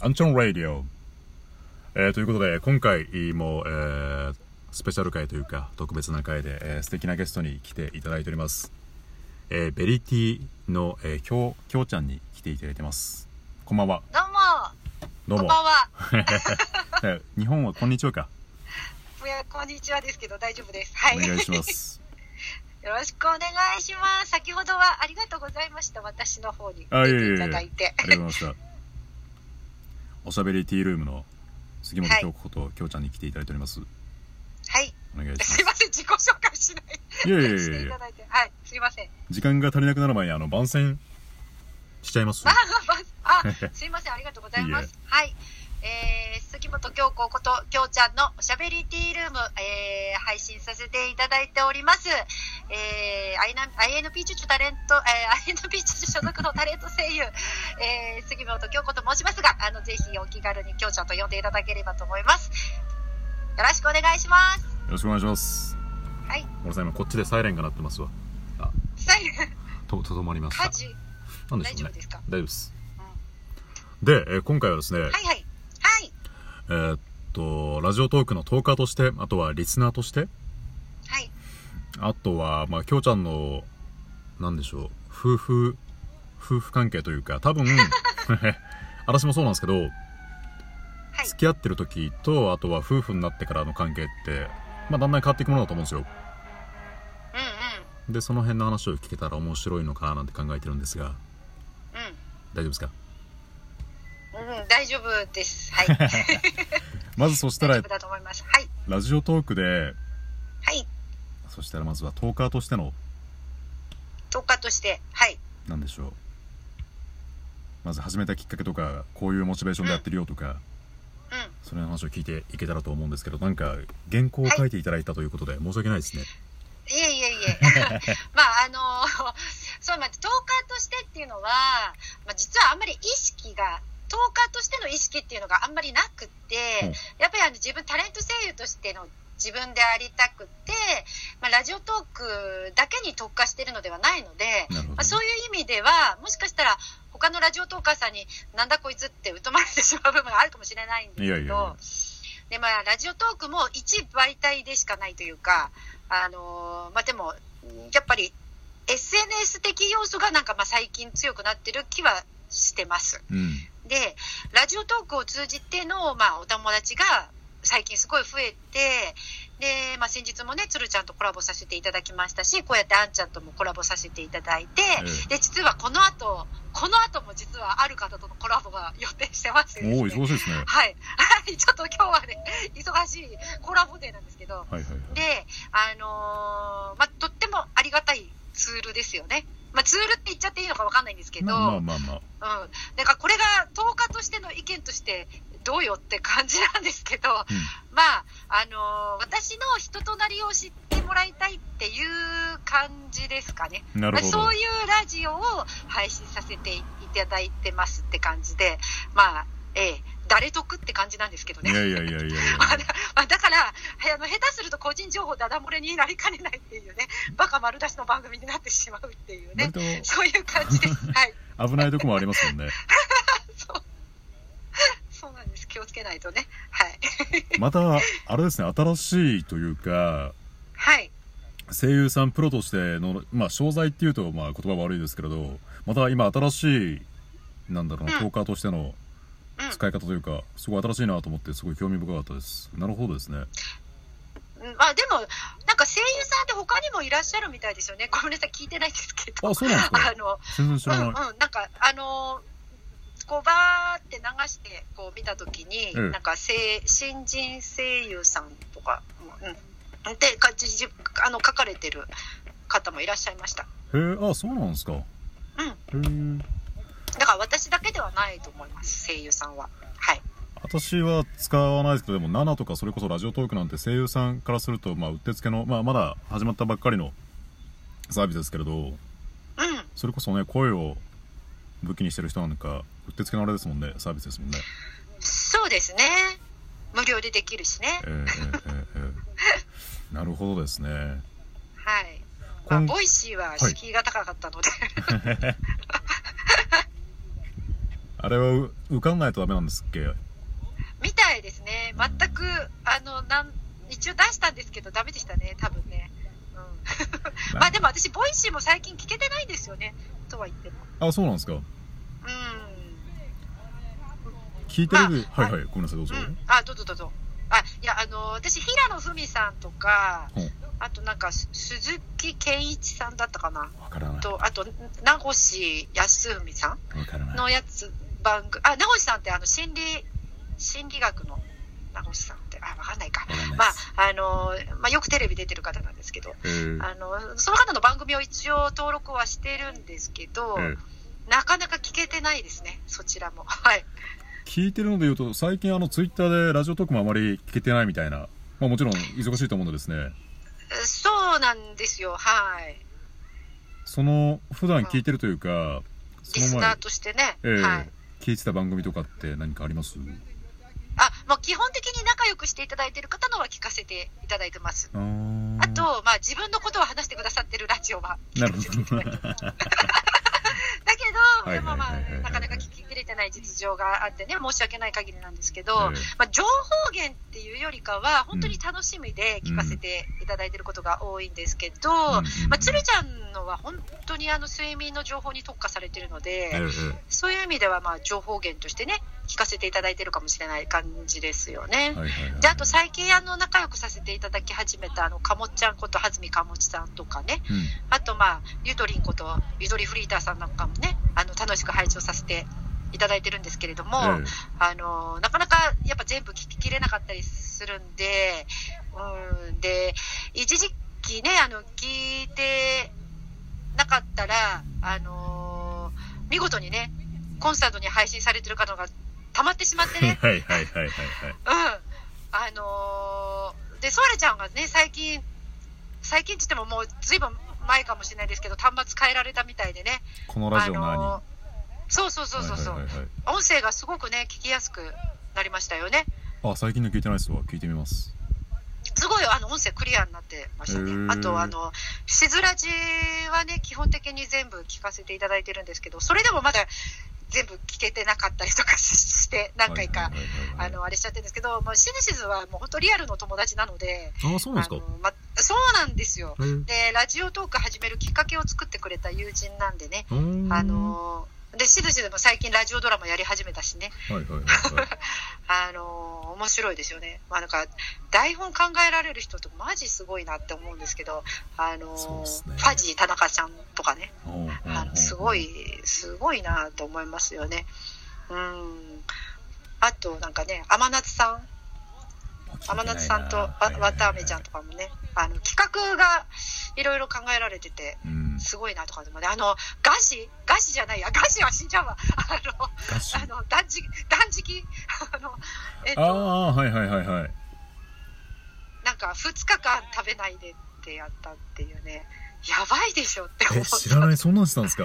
アンチョンラディオ、ということで今回も、スペシャル回というか特別な回で、素敵なゲストに来ていただいております。ベリティの、きょうちゃんに来ていただいてます。こんばんは。 どうもこんばんは日本はこんにちはか。 いやこんにちはですけど大丈夫です。はい、 お願いしますよろしくお願いします。先ほどはありがとうございました。私の方に出ていただいてありがとうございましたおしゃべりティールームの杉本京子ときょうちゃんに来ていただいております。 はい、 お願いします。 すいません、自己紹介しないしていただいて、はい、すいません。 時間が足りなくなる前に番宣しちゃいます。 すいません、ありがとうございます。はい、杉本京子こときょうちゃんのおしゃべりティールーム、配信させていただいております。INP チュチュタレント、INP チュチュ所属のタレント声優、杉本京子と申しますが、ぜひお気軽にきょうちゃんと呼んでいただければと思います。よろしくお願いします。 よろしくお願いします。 はい。 ごめんなさい、今こっちでサイレンが鳴ってますわ。 サイレンとどまりました。 火事なんでしょうね。 大丈夫ですか？ 大丈夫です。で、今回はですね、 はいはいはい。 ラジオトークのトーカーとして、あとはリスナーとして、 はい。 あとはきょうちゃんのなんでしょう、夫婦関係というか、多分私もそうなんですけど、付き合ってる時と、あとは夫婦になってからの関係って、だんだん変わっていくものだと思うんですよ。でその辺の話を聞けたら面白いのかななんて考えてるんですが、大丈夫ですか？ 大丈夫です。はい。 まずそしたら、 大丈夫だと思います。はい。 ラジオトークで、 はい。 そしたらまずはトーカーとしての、 はい。 なんでしょう。まず始めたきっかけとか、こういうモチベーションでやってるよとか、それの話を聞いていけたらと思うんですけど、なんか原稿を書いていただいたということで申し訳ないですね。 いえそう、トーカーとしてっていうのは、実はあんまり意識が、トーカーとしての意識っていうのがあんまりなくって、やっぱり自分タレント声優としての自分でありたくて、ラジオトークだけに特化しているのではないので、そういう意味ではもしかしたら他のラジオトーカーさんになんだこいつって疎まれてしまう部分があるかもしれないんですけど、でラジオトークも一媒体でしかないというか、でもやっぱり SNS 的要素が最近強くなってる気はしてます。でラジオトークを通じての、お友達が最近すごい増えて、で、先日もね、つるちゃんとコラボさせていただきましたし、こうやってあんちゃんともコラボさせていただいて、で、実はこの後も実はある方とのコラボが予定してます、ね。 おー、忙しいですね。 はい。ちょっと今日はね、忙しいコラボデーなんですけど、で、とってもありがたいツールですよね。ツールって言っちゃっていいのか分かんないんですけど、だからこれがトーカーとしての意見としてどうよって感じなんですけど、私の人となりを知ってもらいたいっていう感じですかね。そういうラジオを配信させていただいてますって感じで、誰得って感じなんですけどね。だから下手すると個人情報ダダ漏れになりかねないっていうね、バカ丸出しの番組になってしまうっていうね、そういう感じです。はい。 危ないとこもありますもんね。 そうなんです。気をつけないとね。はい。 またあれですね、新しいというか、 はい。 声優さんプロとしての商材っていうと言葉悪いですけれど、また今新しいトーカーとしての使い方というか、すごい新しいなと思ってすごい興味深かったです。なるほどですね。 でも声優さんって他にもいらっしゃるみたいですよね。ごめんなさい、聞いてないんですけど。 あ、そうなんですか。全然知らない。 こうバーって流してこう見たときに、新人声優さんとか、で書かれてる方もいらっしゃいました。 そうなんですか。 だから私だけではないと思います、声優さんは。はい。 私は使わないですけど、でも7とかそれこそラジオトークなんて声優さんからするとうってつけの、まだ始まったばっかりのサービスですけれど、それこそね、声を武器にしてる人なんかうってつけのあれですもんね、サービスですもんね。 そうですね、無料でできるしね。 なるほどですね。 はい。ボイシーは敷居が高かったので、 あれは受かんないとダメなんですっけ？ みたいですね。全く一応出したんですけどダメでしたね、多分ね。まあでも私ボイシーも最近聞けてないんですよね、とは言っても。 あ、そうなんですか。聞いてる、はいはい、ごめんなさい、どうぞ。 どうぞどうぞ。いや、私平野文さんとか、あとなんか鈴木健一さんだったかな。 わからない。 あと名越康文さんのやつ名越さんって心理学の名越さんってわかんないか。よくテレビ出てる方なんですけど、その方の番組を一応登録はしてるんですけど、なかなか聞けてないですね、そちらも。はい。 聞いてるのでいうと、最近ツイッターでラジオトークもあまり聞けてないみたいな、もちろん忙しいと思うのですね。 そうなんですよ。はい。 普段聞いてるというか、 リスナーとしてね、はい、 聞いてた番組とかって何かあります？ もう基本的に仲良くしていただいている方のは聞かせていただいてます。あと、自分のことを話してくださってるラジオは聞かせていただいてます。だけど、なかなか聞ききれてない実情があってね、申し訳ない限りなんですけど、情報源っていうよりかは、本当に楽しみで聞かせていただいていることが多いんですけど、鶴ちゃんのは本当に睡眠の情報に特化されているので、そういう意味では情報源としてね、聞かせていただいているかもしれない感じですよね。で、あと最近仲良くさせていただき始めたかもちゃんことはずみかもちさんとかね、あとゆとりんことゆとりフリーターさんなんかもね、楽しく配置をさせていただいてるんですけれども、なかなかやっぱ全部聞ききれなかったりするんで、で一時期ね聞いてなかったら見事にねコンサートに配信されてる方が溜まってしまってね。でソワレちゃんがね最近って言ってももうずいぶん前かもしれないですけど、端末変えられたみたいでね。 このラジオ何？ そう。音声がすごくね聞きやすくなりましたよね。 最近の聞いてないですわ。聞いてみます。 すごい音声クリアになってましたね。あとしずらじはね基本的に全部聞かせていただいてるんですけど、それでもまだ全部聞けてなかったりとかして何回かあれしちゃってるんですけど、しずしずはもう本当リアルの友達なので。 そうなんですか。 そうなんですよ。でラジオトーク始めるきっかけを作ってくれた友人なんでね、でしずしずも最近ラジオドラマやり始めたしね、面白いですよね。なんか台本考えられる人とマジすごいなって思うんですけど、ファジー田中ちゃんとかね、すごいなと思いますよね。あとなんかね天夏さんと綿あめちゃんとかもね企画がいろいろ考えられててすごいなとかでもね、ガシじゃないや、ガシは死んじゃうわ。断食なんか2日間食べないでってやったっていうね、やばいでしょって思った。 知らない、そんなんしたんですか。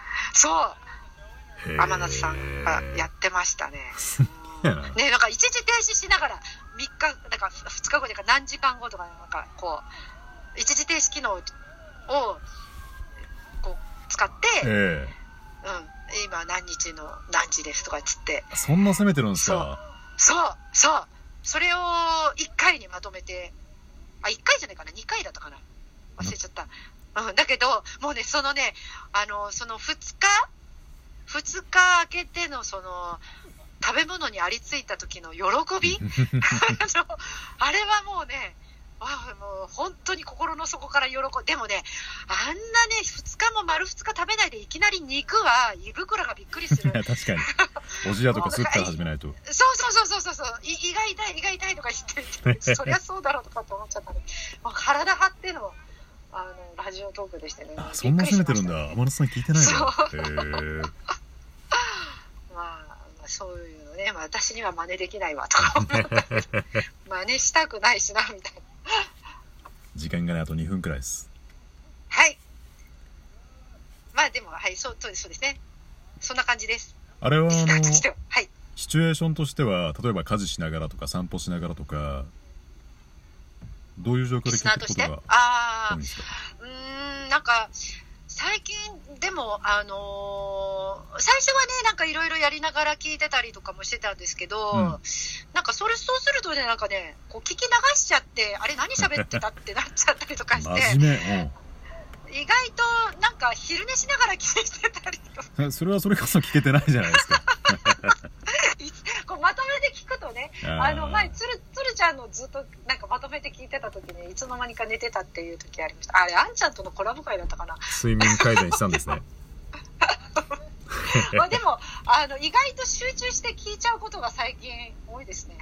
そう天夏さんがやってましたね。ね、なんか一時停止しながら3日なんか2日後とか何時間後とかなんかこう一時停止機能をこう使って、今何日の何時ですとかっつって、 そんな攻めてるんですか。 そうそれを1回にまとめて、1回じゃないかな、2回だったかな、忘れちゃった。だけどもうねその2日空けての食べ物にありついた時の喜びあれはもうねもう本当に心の底から喜んでもね、あんなね2日も丸2日食べないでいきなり肉は胃袋がびっくりする。 確かにおじやとかスッから始めないとそう胃が痛いとか言ってそりゃそうだろうとかって思っちゃったね。体張ってのラジオトークでしてね。 そんな攻めてるんだ。天野さん聞いてないの。 そういうのね、私には真似できないわとか真似したくないしなみたいな。 時間がねあと2分くらいです。 はい。でもそうですね。そんな感じです。 あれははい、 シチュエーションとしては例えば家事しながらとか散歩しながらとかどういう状況で聞いてることが多いんですか。 なんか最近でも最初はね、なんかいろいろやりながら聞いてたりとかもしてたんですけど、なんかそうするとね、なんかね、こう聞き流しちゃって、あれ何喋ってたってなっちゃったりとかして、 真面目。 意外となんか昼寝しながら聞いてたりとか。 それはそれこそ聞けてないじゃないですか。 こうまとめて聞くとね、前つるちゃんのずっとなんかまとめて聞いてた時にいつの間にか寝てたっていう時ありました。あれ、あんちゃんとのコラボ会だったかな。 睡眠改善したんですね。 まあでも意外と集中して聞いちゃうことが最近多いですね。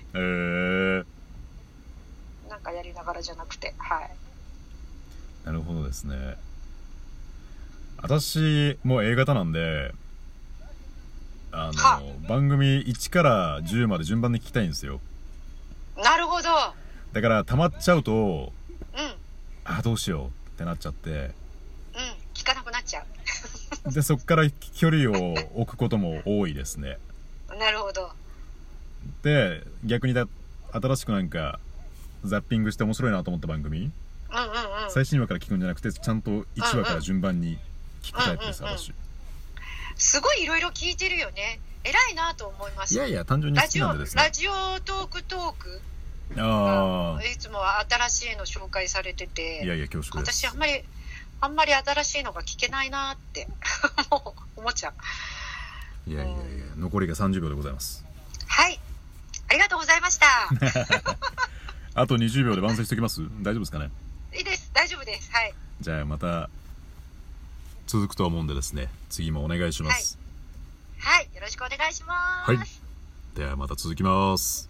なんかやりながらじゃなくて、はい。 なるほどですね。私もう A 型なんで、番組1から10まで順番で聞きたいんですよ。 なるほど。 だから溜まっちゃうと、どうしようってなっちゃって、 聞かなくなっちゃう。 でそっから距離を置くことも多いですね。 なるほど。 で逆に新しくなんかザッピングして面白いなと思った番組、最新話から聞くんじゃなくてちゃんと1話から順番に聞くタイプです、私。 すごいいろいろ聞いてるよね。偉いなと思います。 いやいや、単純に好きなんでですね。 ラジオトークいつも新しいの紹介されてて、 いやいや恐縮です。 私あんまり新しいのが聞けないなって思っちゃう。 いやいやいや、残りが30秒でございます。 はい、ありがとうございました。 あと20秒で番宣しておきます？大丈夫ですかね？ いいです、大丈夫です。はい。 じゃあまた続くと思うんでですね、次もお願いします。 はい、よろしくお願いします。 はい、ではまた続きます。